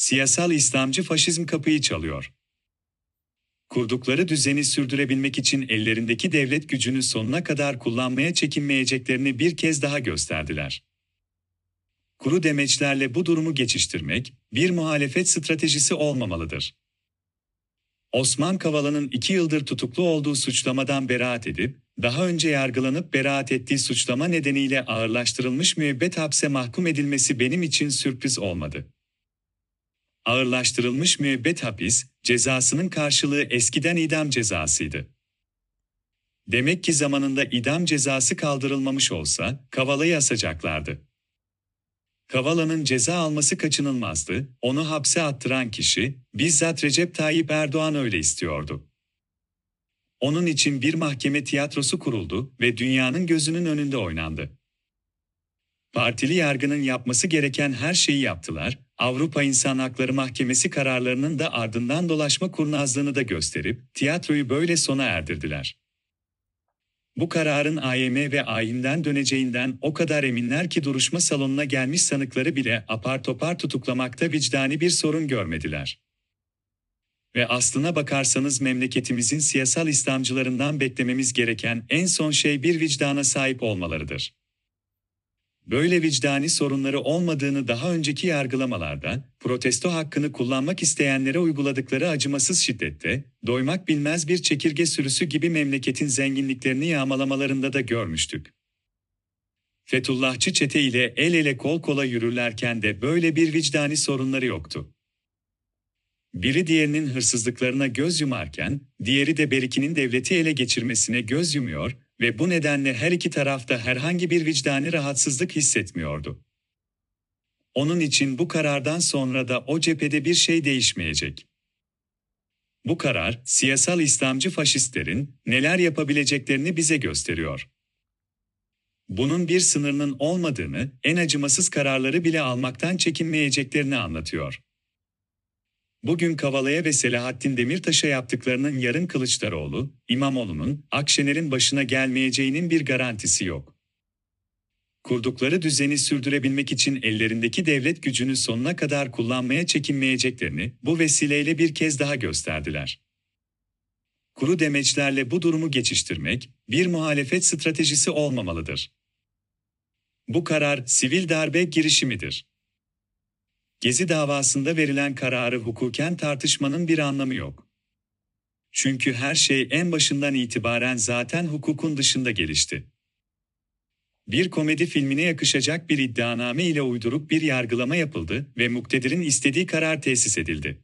Siyasal İslamcı faşizm kapıyı çalıyor. Kurdukları düzeni sürdürebilmek için ellerindeki devlet gücünü sonuna kadar kullanmaya çekinmeyeceklerini bir kez daha gösterdiler. Kuru demeçlerle bu durumu geçiştirmek, bir muhalefet stratejisi olmamalıdır. Osman Kavala'nın 2 yıldır tutuklu olduğu suçlamadan beraat edip, daha önce yargılanıp beraat ettiği suçlama nedeniyle ağırlaştırılmış müebbet hapse mahkum edilmesi benim için sürpriz olmadı. Ağırlaştırılmış müebbet hapis, cezasının karşılığı eskiden idam cezasıydı. Demek ki zamanında idam cezası kaldırılmamış olsa, Kavala'yı asacaklardı. Kavala'nın ceza alması kaçınılmazdı, onu hapse attıran kişi, bizzat Recep Tayyip Erdoğan öyle istiyordu. Onun için bir mahkeme tiyatrosu kuruldu ve dünyanın gözünün önünde oynandı. Partili yargının yapması gereken her şeyi yaptılar, Avrupa İnsan Hakları Mahkemesi kararlarının da ardından dolaşma kurnazlığını da gösterip, tiyatroyu böyle sona erdirdiler. Bu kararın AYM ve AİM'den döneceğinden o kadar eminler ki duruşma salonuna gelmiş sanıkları bile apar topar tutuklamakta vicdani bir sorun görmediler. Ve aslına bakarsanız memleketimizin siyasal İslamcılarından beklememiz gereken en son şey bir vicdana sahip olmalarıdır. Böyle vicdani sorunları olmadığını daha önceki yargılamalarda, protesto hakkını kullanmak isteyenlere uyguladıkları acımasız şiddette, doymak bilmez bir çekirge sürüsü gibi memleketin zenginliklerini yağmalamalarında da görmüştük. Fethullahçı çete ile el ele kol kola yürürlerken de böyle bir vicdani sorunları yoktu. Biri diğerinin hırsızlıklarına göz yumarken, diğeri de berikinin devleti ele geçirmesine göz yumuyor ve bu nedenle her iki tarafta herhangi bir vicdani rahatsızlık hissetmiyordu. Onun için bu karardan sonra da o cephede bir şey değişmeyecek. Bu karar, siyasal İslamcı faşistlerin neler yapabileceklerini bize gösteriyor. Bunun bir sınırının olmadığını, en acımasız kararları bile almaktan çekinmeyeceklerini anlatıyor. Bugün Kavala'ya ve Selahattin Demirtaş'a yaptıklarının yarın Kılıçdaroğlu, İmamoğlu'nun, Akşener'in başına gelmeyeceğinin bir garantisi yok. Kurdukları düzeni sürdürebilmek için ellerindeki devlet gücünü sonuna kadar kullanmaya çekinmeyeceklerini bu vesileyle bir kez daha gösterdiler. Kuru demeçlerle bu durumu geçiştirmek, bir muhalefet stratejisi olmamalıdır. Bu karar sivil darbe girişimidir. Gezi davasında verilen kararı hukuken tartışmanın bir anlamı yok. Çünkü her şey en başından itibaren zaten hukukun dışında gelişti. Bir komedi filmine yakışacak bir iddianame ile uyduruk bir yargılama yapıldı ve muktedirin istediği karar tesis edildi.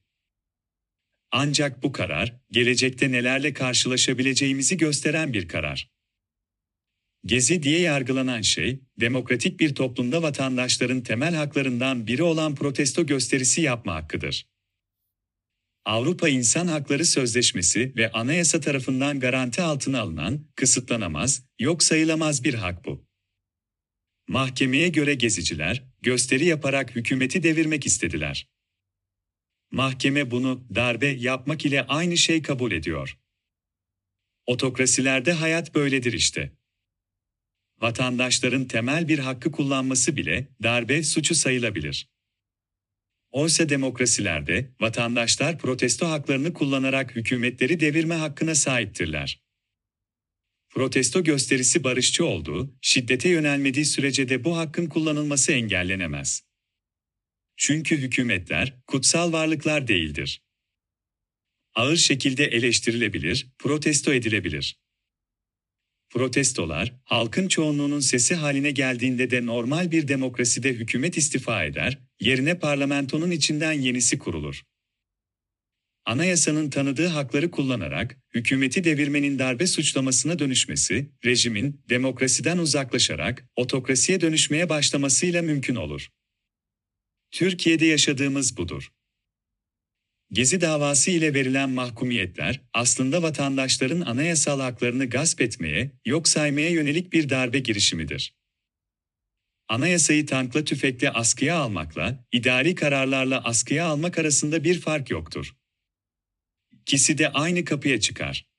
Ancak bu karar, gelecekte nelerle karşılaşabileceğimizi gösteren bir karar. Gezi diye yargılanan şey, demokratik bir toplumda vatandaşların temel haklarından biri olan protesto gösterisi yapma hakkıdır. Avrupa İnsan Hakları Sözleşmesi ve anayasa tarafından garanti altına alınan, kısıtlanamaz, yok sayılamaz bir hak bu. Mahkemeye göre geziciler, gösteri yaparak hükümeti devirmek istediler. Mahkeme bunu darbe yapmak ile aynı şey kabul ediyor. Otokrasilerde hayat böyledir işte. Vatandaşların temel bir hakkı kullanması bile darbe suçu sayılabilir. Oysa demokrasilerde vatandaşlar protesto haklarını kullanarak hükümetleri devirme hakkına sahiptirler. Protesto gösterisi barışçı olduğu, şiddete yönelmediği sürece de bu hakkın kullanılması engellenemez. Çünkü hükümetler kutsal varlıklar değildir. Ağır şekilde eleştirilebilir, protesto edilebilir. Protestolar, halkın çoğunluğunun sesi haline geldiğinde de normal bir demokraside hükümet istifa eder, yerine parlamentonun içinden yenisi kurulur. Anayasanın tanıdığı hakları kullanarak, hükümeti devirmenin darbe suçlamasına dönüşmesi, rejimin demokrasiden uzaklaşarak otokrasiye dönüşmeye başlamasıyla mümkün olur. Türkiye'de yaşadığımız budur. Gezi davası ile verilen mahkumiyetler, aslında vatandaşların anayasal haklarını gasp etmeye, yok saymaya yönelik bir darbe girişimidir. Anayasayı tankla tüfekle askıya almakla, idari kararlarla askıya almak arasında bir fark yoktur. İkisi de aynı kapıya çıkar.